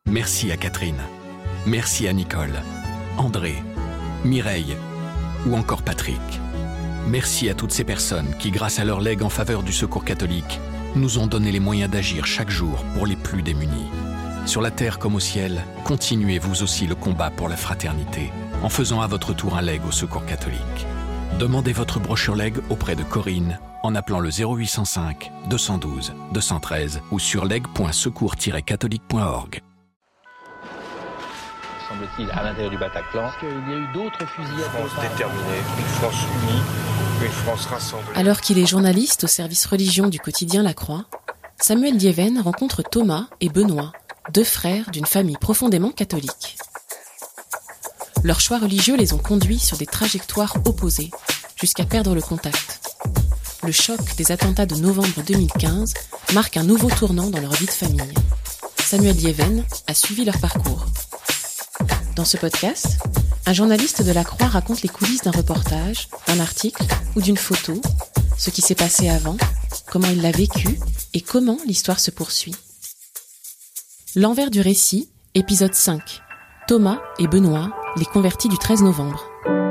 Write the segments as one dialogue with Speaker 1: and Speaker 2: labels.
Speaker 1: Merci à Catherine. Merci à Nicole, André, Mireille ou encore Patrick. Merci à toutes ces personnes qui, grâce à leur legs en faveur du Secours catholique, nous ont donné les moyens d'agir chaque jour pour les plus démunis. Sur la terre comme au ciel, continuez vous aussi le combat pour la fraternité en faisant à votre tour un leg au Secours catholique. Demandez votre brochure leg auprès de Corinne en appelant le 0805 212 213 ou sur leg.secours-catholique.org.
Speaker 2: Semble-t-il, à l'intérieur du Bataclan.
Speaker 3: Parce qu'il y a eu d'autres fusillades.
Speaker 4: France déterminée, une France unie, une France rassemblée.
Speaker 5: Alors qu'il est journaliste au service religion du quotidien La Croix, Samuel Liéven rencontre Thomas et Benoît, deux frères d'une famille profondément catholique. Leurs choix religieux les ont conduits sur des trajectoires opposées, jusqu'à perdre le contact. Le choc des attentats de novembre 2015 marque un nouveau tournant dans leur vie de famille. Samuel Liéven a suivi leur parcours. Dans ce podcast, un journaliste de La Croix raconte les coulisses d'un reportage, d'un article ou d'une photo, ce qui s'est passé avant, comment il l'a vécu et comment l'histoire se poursuit. L'envers du récit, épisode 5. Thomas et Benoît, les convertis du 13 novembre.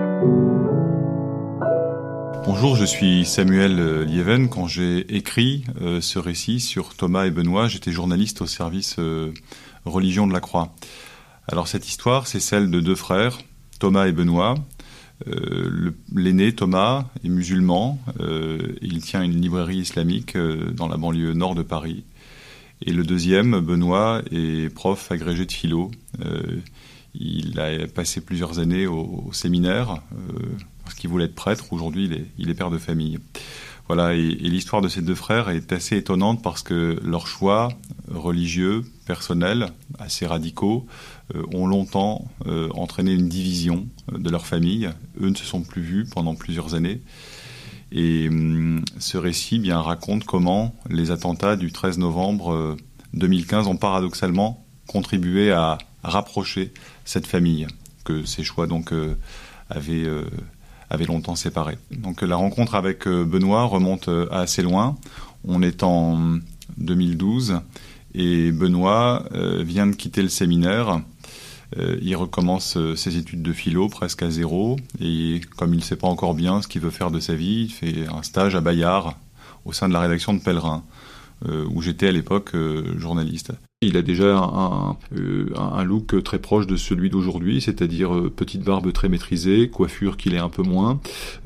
Speaker 6: Bonjour, je suis Samuel Liéven. Quand j'ai écrit ce récit sur Thomas et Benoît, j'étais journaliste au service religion de La Croix. Alors cette histoire, c'est celle de deux frères, Thomas et Benoît. L'aîné, Thomas, est musulman. Il tient une librairie islamique dans la banlieue nord de Paris. Et le deuxième, Benoît, est prof agrégé de philo. Il a passé plusieurs années au séminaire parce qu'il voulait être prêtre. Aujourd'hui, il est père de famille. Voilà, et l'histoire de ces deux frères est assez étonnante parce que leurs choix religieux, personnels, assez radicaux, ont longtemps entraîné une division de leur famille. Eux ne se sont plus vus pendant plusieurs années. Et ce récit raconte comment les attentats du 13 novembre 2015 ont paradoxalement contribué à rapprocher cette famille que ces choix donc avaient longtemps séparés. Donc la rencontre avec Benoît remonte à assez loin. On est en 2012 et Benoît vient de quitter le séminaire. Il recommence ses études de philo presque à zéro et comme il ne sait pas encore bien ce qu'il veut faire de sa vie, il fait un stage à Bayard au sein de la rédaction de Pèlerin où j'étais à l'époque journaliste. Il a déjà un look très proche de celui d'aujourd'hui, c'est-à-dire petite barbe très maîtrisée, coiffure qu'il est un peu moins.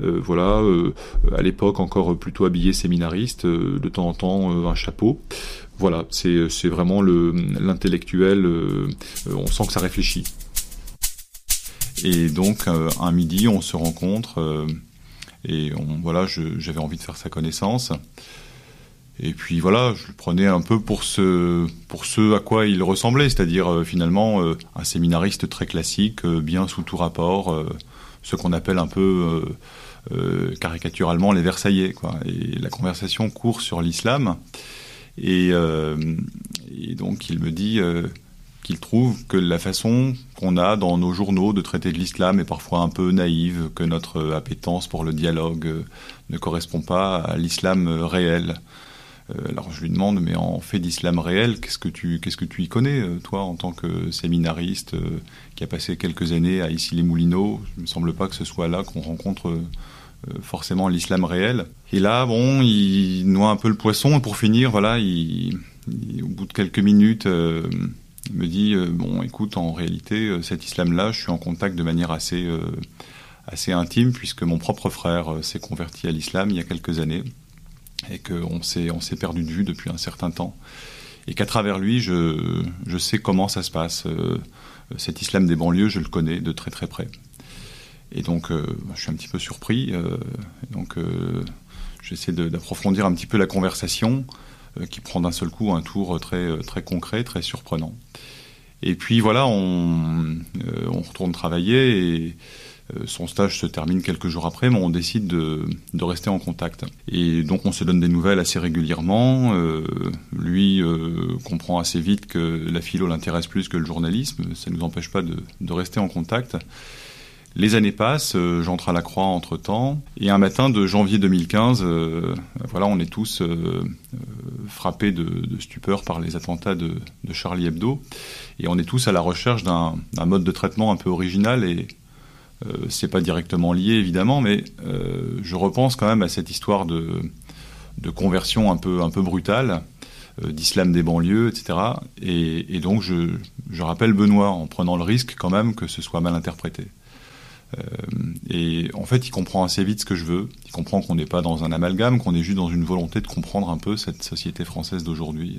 Speaker 6: À l'époque encore plutôt habillé séminariste, de temps en temps un chapeau. Voilà, c'est vraiment l'intellectuel, on sent que ça réfléchit. Et donc, un midi, on se rencontre et j'avais envie de faire sa connaissance. Et puis voilà, je le prenais un peu pour ce à quoi il ressemblait, c'est-à-dire finalement un séminariste très classique, bien sous tout rapport, ce qu'on appelle un peu caricaturalement les Versaillais, quoi. Et la conversation court sur l'islam, et donc il me dit qu'il trouve que la façon qu'on a dans nos journaux de traiter de l'islam est parfois un peu naïve, que notre appétence pour le dialogue ne correspond pas à l'islam réel. Alors je lui demande, mais en fait d'islam réel, qu'est-ce que tu y connais, toi, en tant que séminariste qui a passé quelques années à Issy-les-Moulineaux? Il ne me semble pas que ce soit là qu'on rencontre forcément l'islam réel. Et là, il noie un peu le poisson, et pour finir, voilà, au bout de quelques minutes, il me dit, écoute, en réalité, cet islam-là, je suis en contact de manière assez intime, puisque mon propre frère s'est converti à l'islam il y a quelques années, et qu'on s'est perdu de vue depuis un certain temps, et qu'à travers lui, je sais comment ça se passe. Cet islam des banlieues, je le connais de très très près. Et donc, je suis un petit peu surpris. J'essaie d'approfondir un petit peu la conversation, qui prend d'un seul coup un tour très très concret, très surprenant. Et puis voilà, on retourne travailler et son stage se termine quelques jours après, mais on décide de rester en contact. Et donc on se donne des nouvelles assez régulièrement. Lui comprend assez vite que la philo l'intéresse plus que le journalisme. Ça ne nous empêche pas de rester en contact. Les années passent, j'entre à la Croix entre-temps, et un matin de janvier 2015, on est tous frappés de stupeur par les attentats de Charlie Hebdo, et on est tous à la recherche d'un mode de traitement un peu original, et c'est pas directement lié évidemment, mais je repense quand même à cette histoire de conversion un peu brutale, d'islam des banlieues, etc. Et donc je rappelle Benoît en prenant le risque quand même que ce soit mal interprété. Et en fait, il comprend assez vite ce que je veux. Il comprend qu'on n'est pas dans un amalgame, qu'on est juste dans une volonté de comprendre un peu cette société française d'aujourd'hui,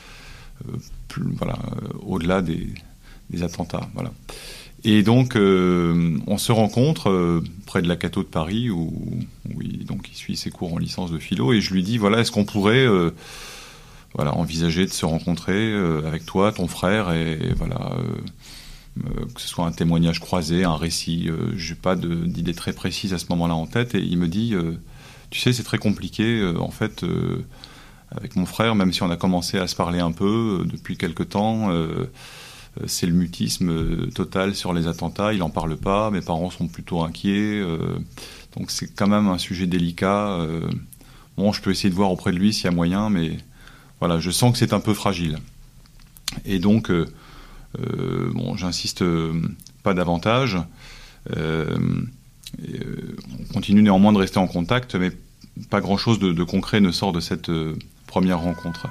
Speaker 6: au-delà des attentats. Voilà. Et donc, on se rencontre près de la Cato de Paris, où il suit ses cours en licence de philo, et je lui dis, est-ce qu'on pourrait envisager de se rencontrer avec toi, ton frère, et que ce soit un témoignage croisé, un récit. J'ai pas d'idée très précise à ce moment-là en tête, et il me dit, tu sais, c'est très compliqué, avec mon frère, même si on a commencé à se parler un peu depuis quelque temps, c'est le mutisme total sur les attentats, il en parle pas, mes parents sont plutôt inquiets, donc c'est quand même un sujet délicat. Je peux essayer de voir auprès de lui s'il y a moyen, mais voilà, je sens que c'est un peu fragile. Et donc, j'insiste pas davantage. On continue néanmoins de rester en contact, mais pas grand-chose de concret ne sort de cette première rencontre.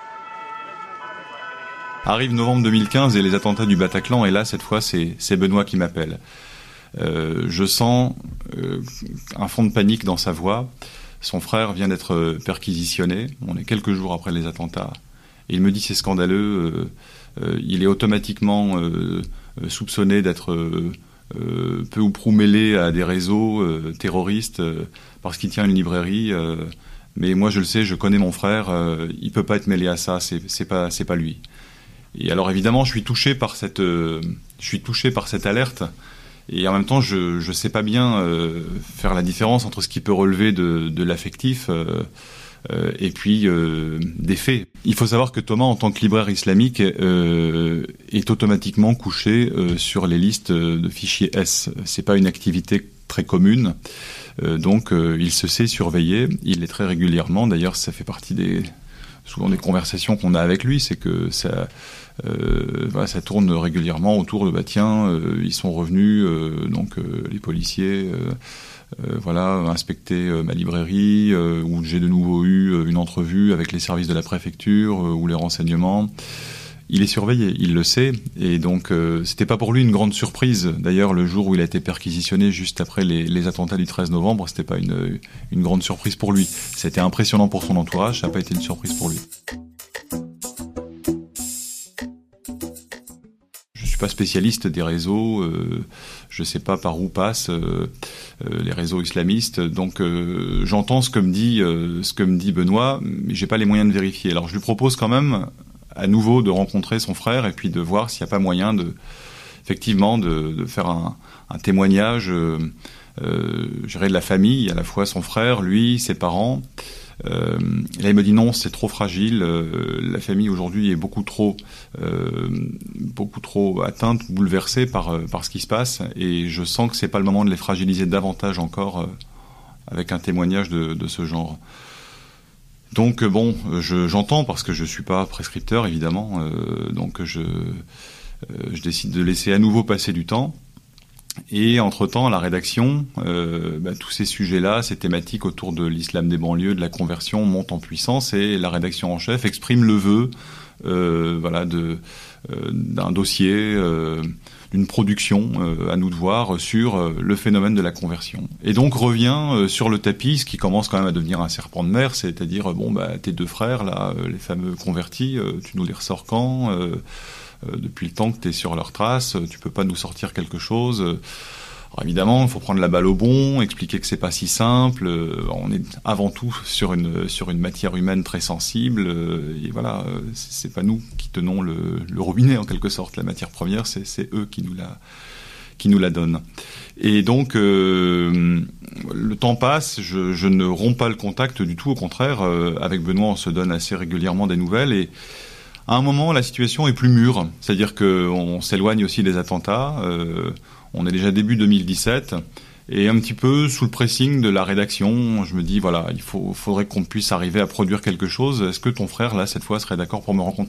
Speaker 6: Arrive novembre 2015 et les attentats du Bataclan, et là, cette fois, c'est Benoît qui m'appelle. Je sens un fond de panique dans sa voix. Son frère vient d'être perquisitionné. On est quelques jours après les attentats. Et il me dit, c'est scandaleux. Il est automatiquement soupçonné d'être peu ou prou mêlé à des réseaux terroristes parce qu'il tient une librairie. Mais moi, je le sais, je connais mon frère. Il peut pas être mêlé à ça. C'est pas lui. Et alors évidemment, je suis touché par cette alerte, et en même temps, je sais pas bien faire la différence entre ce qui peut relever de l'affectif et puis des faits. Il faut savoir que Thomas, en tant que libraire islamique, est automatiquement couché sur les listes de fichiers S. C'est pas une activité très commune, donc il se sait surveiller. Il l'est très régulièrement. D'ailleurs, ça fait partie souvent des conversations qu'on a avec lui, c'est que ça tourne régulièrement autour de ils sont revenus, les policiers, inspecter ma librairie, où j'ai de nouveau eu une entrevue avec les services de la préfecture ou les renseignements. Il est surveillé, il le sait, et donc c'était pas pour lui une grande surprise. D'ailleurs, le jour où il a été perquisitionné juste après les attentats du 13 novembre, c'était pas une grande surprise pour lui. C'était impressionnant pour son entourage, ça n'a pas été une surprise pour lui. Je suis pas spécialiste des réseaux, je sais pas par où passent les réseaux islamistes, donc j'entends ce que me dit Benoît, mais j'ai pas les moyens de vérifier. Alors je lui propose quand même à nouveau de rencontrer son frère et puis de voir s'il n'y a pas moyen de faire un témoignage de la famille, à la fois son frère, lui, ses parents. Et là il me dit non, c'est trop fragile, la famille aujourd'hui est beaucoup trop atteinte, bouleversée par ce qui se passe, et je sens que c'est pas le moment de les fragiliser davantage encore avec un témoignage de ce genre. Donc j'entends, parce que je suis pas prescripteur évidemment, donc je décide de laisser à nouveau passer du temps. Et entre-temps, à la rédaction, tous ces sujets-là, ces thématiques autour de l'islam des banlieues, de la conversion, montent en puissance, et la rédaction en chef exprime le vœu d'un dossier, d'une production, à nous de voir, sur le phénomène de la conversion. Et donc revient sur le tapis, ce qui commence quand même à devenir un serpent de mer, c'est-à-dire, tes deux frères, là, les fameux convertis, tu nous les ressors quand depuis le temps que tu es sur leur trace, tu peux pas nous sortir quelque chose. Alors évidemment, il faut prendre la balle au bond, expliquer que c'est pas si simple. On est avant tout sur une matière humaine très sensible, et voilà, c'est pas nous qui tenons le robinet en quelque sorte. La matière première, c'est eux qui nous la donnent. Et donc le temps passe, je ne romps pas le contact du tout, au contraire. Avec Benoît, on se donne assez régulièrement des nouvelles, et à un moment, la situation est plus mûre, c'est-à-dire qu'on s'éloigne aussi des attentats, On est déjà début 2017. Et un petit peu sous le pressing de la rédaction, je me dis, voilà, faudrait qu'on puisse arriver à produire quelque chose. Est-ce que ton frère, là, cette fois, serait d'accord pour me rencontrer ?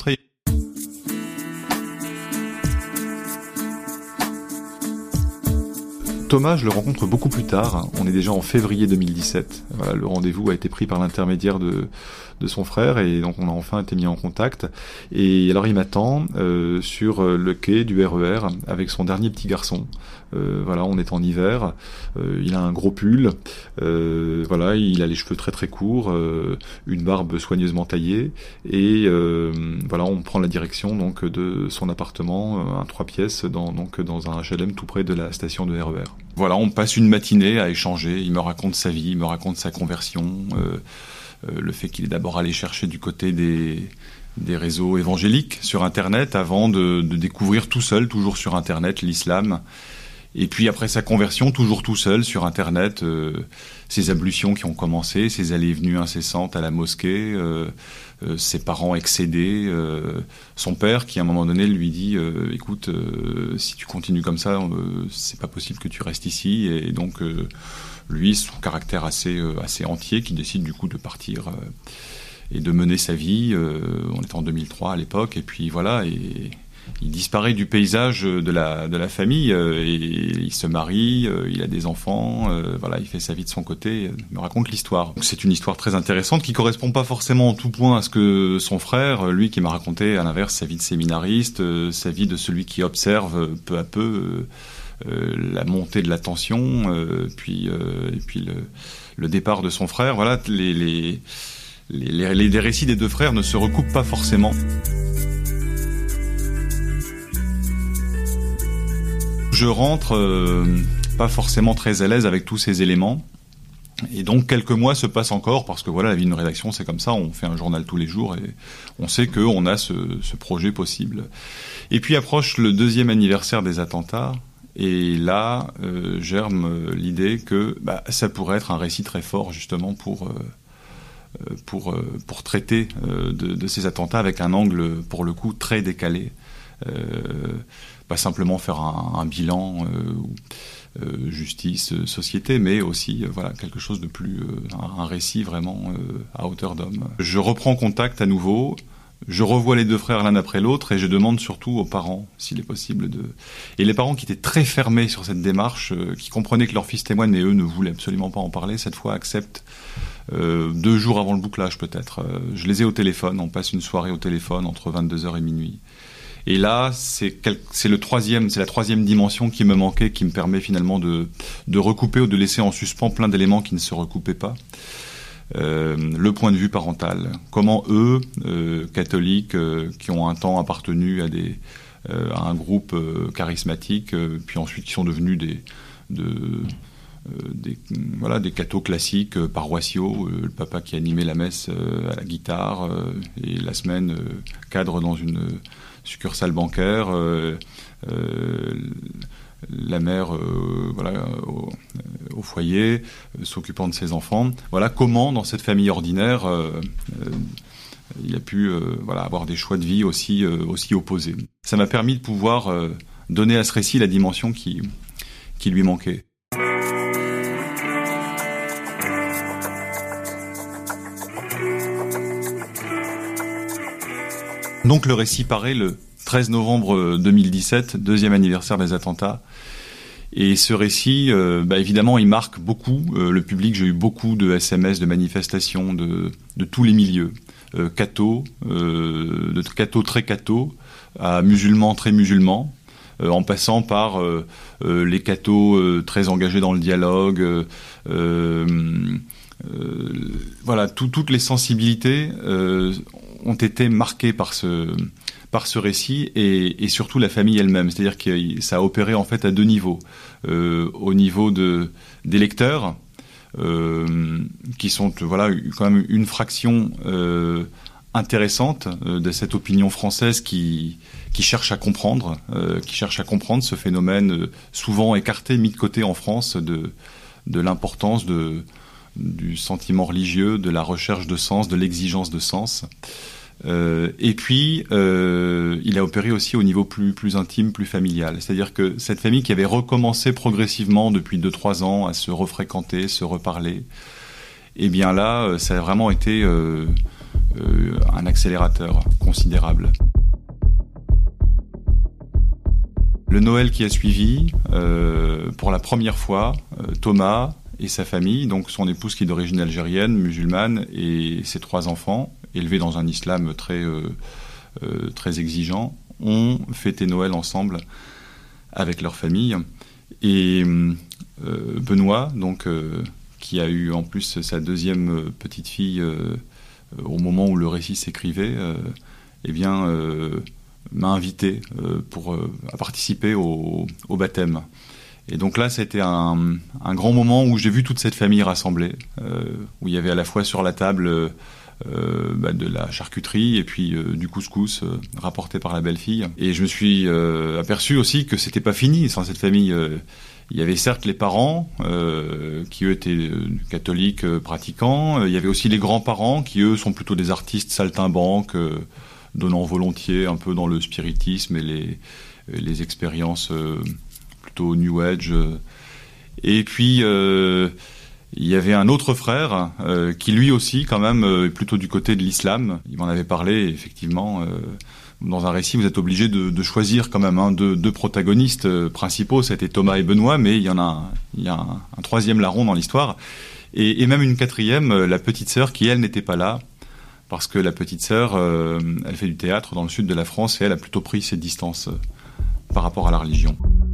Speaker 6: Thomas, je le rencontre beaucoup plus tard. On est déjà en février 2017. Voilà, le rendez-vous a été pris par l'intermédiaire de son frère et donc on a enfin été mis en contact. Et alors il m'attend sur le quai du RER avec son dernier petit garçon. Voilà, on est en hiver. Il a un gros pull. Voilà, il a les cheveux très très courts, une barbe soigneusement taillée. Et voilà, on prend la direction donc de son appartement, un 3 pièces dans un HLM tout près de la station de RER. Voilà, on passe une matinée à échanger. Il me raconte sa vie, il me raconte sa conversion, le fait qu'il est d'abord allé chercher du côté des réseaux évangéliques sur Internet avant de découvrir tout seul, toujours sur Internet, l'islam. Et puis après sa conversion, toujours tout seul sur Internet, ses ablutions qui ont commencé, ses allées et venues incessantes à la mosquée, ses parents excédés, son père qui à un moment donné lui dit écoute, si tu continues comme ça, c'est pas possible que tu restes ici. Et donc lui, son caractère assez entier, qui décide du coup de partir et de mener sa vie. On était en 2003 à l'époque, et puis voilà, et il disparaît du paysage de la famille, et il se marie, il a des enfants, voilà, il fait sa vie de son côté, il me raconte l'histoire. Donc, c'est une histoire très intéressante qui correspond pas forcément en tout point à ce que son frère, lui qui m'a raconté à l'inverse sa vie de séminariste, sa vie de celui qui observe peu à peu la montée de la tension, et puis le départ de son frère. Voilà, les récits des deux frères ne se recoupent pas forcément. Je rentre pas forcément très à l'aise avec tous ces éléments. Et donc quelques mois se passent encore, parce que voilà, la vie d'une rédaction, c'est comme ça, on fait un journal tous les jours et on sait qu'on a ce projet possible. Et puis approche le 2e anniversaire des attentats, et là germe l'idée que ça pourrait être un récit très fort justement pour traiter de ces attentats avec un angle pour le coup très décalé. Pas simplement faire un bilan justice, société, mais aussi voilà, quelque chose de plus, un récit vraiment à hauteur d'homme. Je reprends contact à nouveau, je revois les deux frères l'un après l'autre et je demande surtout aux parents s'il est possible de... Et les parents qui étaient très fermés sur cette démarche, qui comprenaient que leur fils témoigne mais eux ne voulaient absolument pas en parler, cette fois acceptent 2 jours avant le bouclage peut-être. Je les ai au téléphone, on passe une soirée au téléphone entre 22h et minuit. Et là, c'est la troisième dimension qui me manquait, qui me permet finalement de recouper ou de laisser en suspens plein d'éléments qui ne se recoupaient pas. Le point de vue parental. Comment eux, catholiques, qui ont un temps appartenu à un groupe charismatique, puis ensuite qui sont devenus des cathos classiques, paroissiaux, le papa qui animait la messe à la guitare, et la semaine cadre dans une succursale bancaire, la mère voilà, au foyer, s'occupant de ses enfants. Voilà comment, dans cette famille ordinaire, il a pu voilà, avoir des choix de vie aussi opposés. Ça m'a permis de pouvoir donner à ce récit la dimension qui lui manquait. Donc le récit paraît le 13 novembre 2017, 2e anniversaire des attentats. Et ce récit, évidemment, il marque beaucoup le public. J'ai eu beaucoup de SMS, de manifestations de tous les milieux. Cathos, de cathos très cathos, à musulmans très musulmans, en passant par les cathos très engagés dans le dialogue. Voilà, toutes les sensibilités ont été marquées par ce récit et surtout la famille elle-même. C'est-à-dire que ça a opéré en fait à 2 niveaux. Au niveau des lecteurs, qui sont voilà, quand même une fraction intéressante de cette opinion française qui cherche à comprendre ce phénomène souvent écarté, mis de côté en France de l'importance du sentiment religieux, de la recherche de sens, de l'exigence de sens. Et puis, il a opéré aussi au niveau plus intime, plus familial. C'est-à-dire que cette famille qui avait recommencé progressivement depuis 2-3 ans à se refréquenter, se reparler, eh bien là, ça a vraiment été un accélérateur considérable. Le Noël qui a suivi, pour la première fois, Thomas et sa famille, donc son épouse qui est d'origine algérienne, musulmane, et ses 3 enfants, élevés dans un islam très exigeant, ont fêté Noël ensemble avec leur famille. Et Benoît, donc, qui a eu en plus sa 2e petite fille au moment où le récit s'écrivait, m'a invité à participer au baptême. Et donc là, c'était un grand moment où j'ai vu toute cette famille rassemblée, où il y avait à la fois sur la table de la charcuterie et puis du couscous rapporté par la belle-fille. Et je me suis aperçu aussi que c'était pas fini sans cette famille. Il y avait certes les parents qui eux étaient catholiques pratiquants. Il y avait aussi les grands-parents qui eux sont plutôt des artistes saltimbanques, donnant volontiers un peu dans le spiritisme et les expériences plutôt New Age. Et puis il y avait un autre frère qui lui aussi quand même est plutôt du côté de l'islam. Il m'en avait parlé effectivement. Dans un récit, vous êtes obligé de choisir quand même deux protagonistes principaux. C'était Thomas et Benoît, mais il y a un 3e larron dans l'histoire. Et même une 4e, la petite sœur qui, elle, n'était pas là. Parce que la petite sœur, elle fait du théâtre dans le sud de la France et elle a plutôt pris ses distances par rapport à la religion.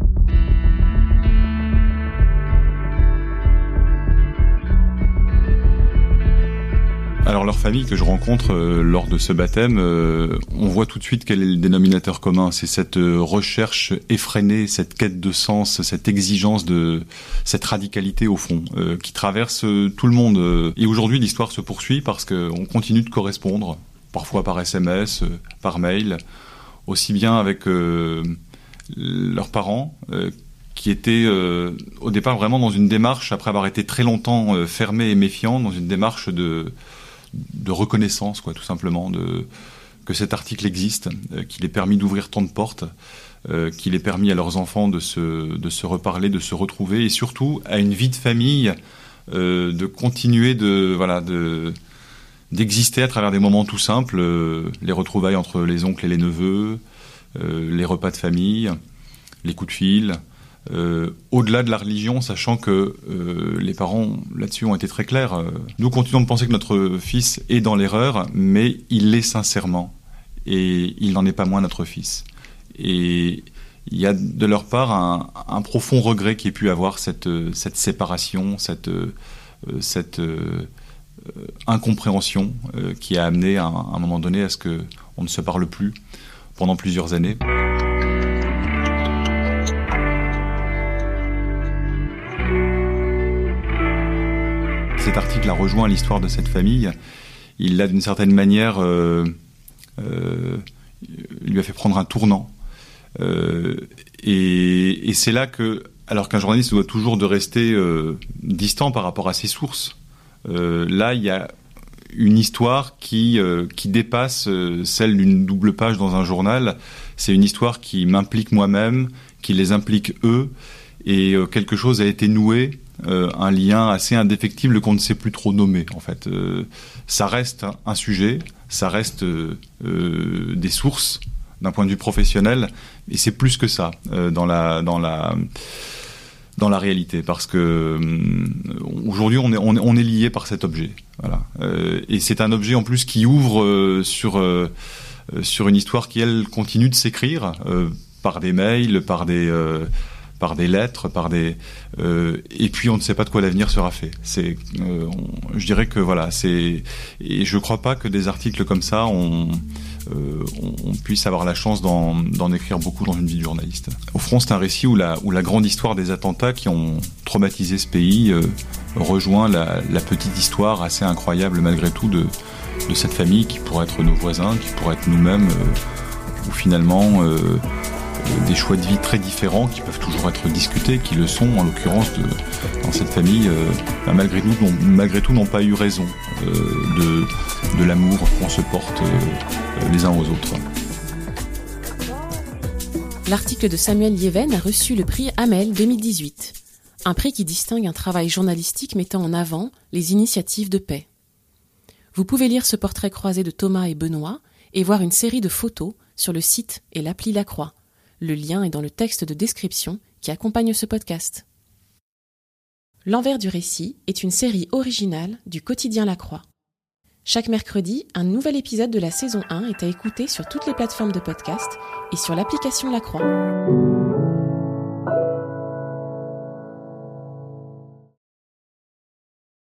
Speaker 6: Alors leur famille que je rencontre lors de ce baptême, on voit tout de suite quel est le dénominateur commun. C'est cette recherche effrénée, cette quête de sens, cette exigence cette radicalité au fond, qui traverse tout le monde. Et aujourd'hui, l'histoire se poursuit parce qu'on continue de correspondre, parfois par SMS, par mail, aussi bien avec leurs parents, qui étaient au départ vraiment dans une démarche, après avoir été très longtemps fermés et méfiants, dans une démarche de reconnaissance, tout simplement, que cet article existe, qu'il ait permis d'ouvrir tant de portes, qu'il ait permis à leurs enfants de se reparler, de se retrouver, et surtout à une vie de famille, de continuer d'exister à travers des moments tout simples, les retrouvailles entre les oncles et les neveux, les repas de famille, les coups de fil, au-delà de la religion, sachant que les parents là-dessus ont été très clairs. Nous continuons de penser que notre fils est dans l'erreur, mais il l'est sincèrement, et il n'en est pas moins notre fils. Et il y a de leur part un profond regret qu'il y ait pu avoir cette séparation, cette incompréhension qui a amené à un moment donné à ce qu'on ne se parle plus pendant plusieurs années. Cet article a rejoint l'histoire de cette famille. Il l'a d'une certaine manière lui a fait prendre un tournant. Et c'est là que, alors qu'un journaliste doit toujours de rester distant par rapport à ses sources, là il y a une histoire qui dépasse celle d'une double page dans un journal. C'est une histoire qui m'implique moi-même, qui les implique eux, et quelque chose a été noué. Un lien assez indéfectible qu'on ne sait plus trop nommer en fait. Ça reste un sujet, ça reste des sources d'un point de vue professionnel, et c'est plus que ça dans la réalité, parce que aujourd'hui on est lié par cet objet, voilà. Et c'est un objet en plus qui ouvre sur une histoire qui elle continue de s'écrire par des mails, par des lettres, et puis on ne sait pas de quoi l'avenir sera fait. Je dirais que voilà, et je crois pas que des articles comme ça on puisse avoir la chance d'en écrire beaucoup dans une vie de journaliste. Au fond, c'est un récit où la grande histoire des attentats qui ont traumatisé ce pays rejoint la petite histoire assez incroyable malgré tout de cette famille qui pourrait être nos voisins, qui pourrait être nous-mêmes, où finalement des choix de vie très différents qui peuvent toujours être discutés, qui le sont en l'occurrence dans cette famille, malgré tout n'ont pas eu raison de l'amour qu'on se porte les uns aux autres.
Speaker 5: L'article de Samuel Lieven a reçu le prix Hamel 2018, un prix qui distingue un travail journalistique mettant en avant les initiatives de paix. Vous pouvez lire ce portrait croisé de Thomas et Benoît et voir une série de photos sur le site et l'appli La Croix. Le lien est dans le texte de description qui accompagne ce podcast. L'envers du récit est une série originale du quotidien La Croix. Chaque mercredi, un nouvel épisode de la saison 1 est à écouter sur toutes les plateformes de podcast et sur l'application La Croix.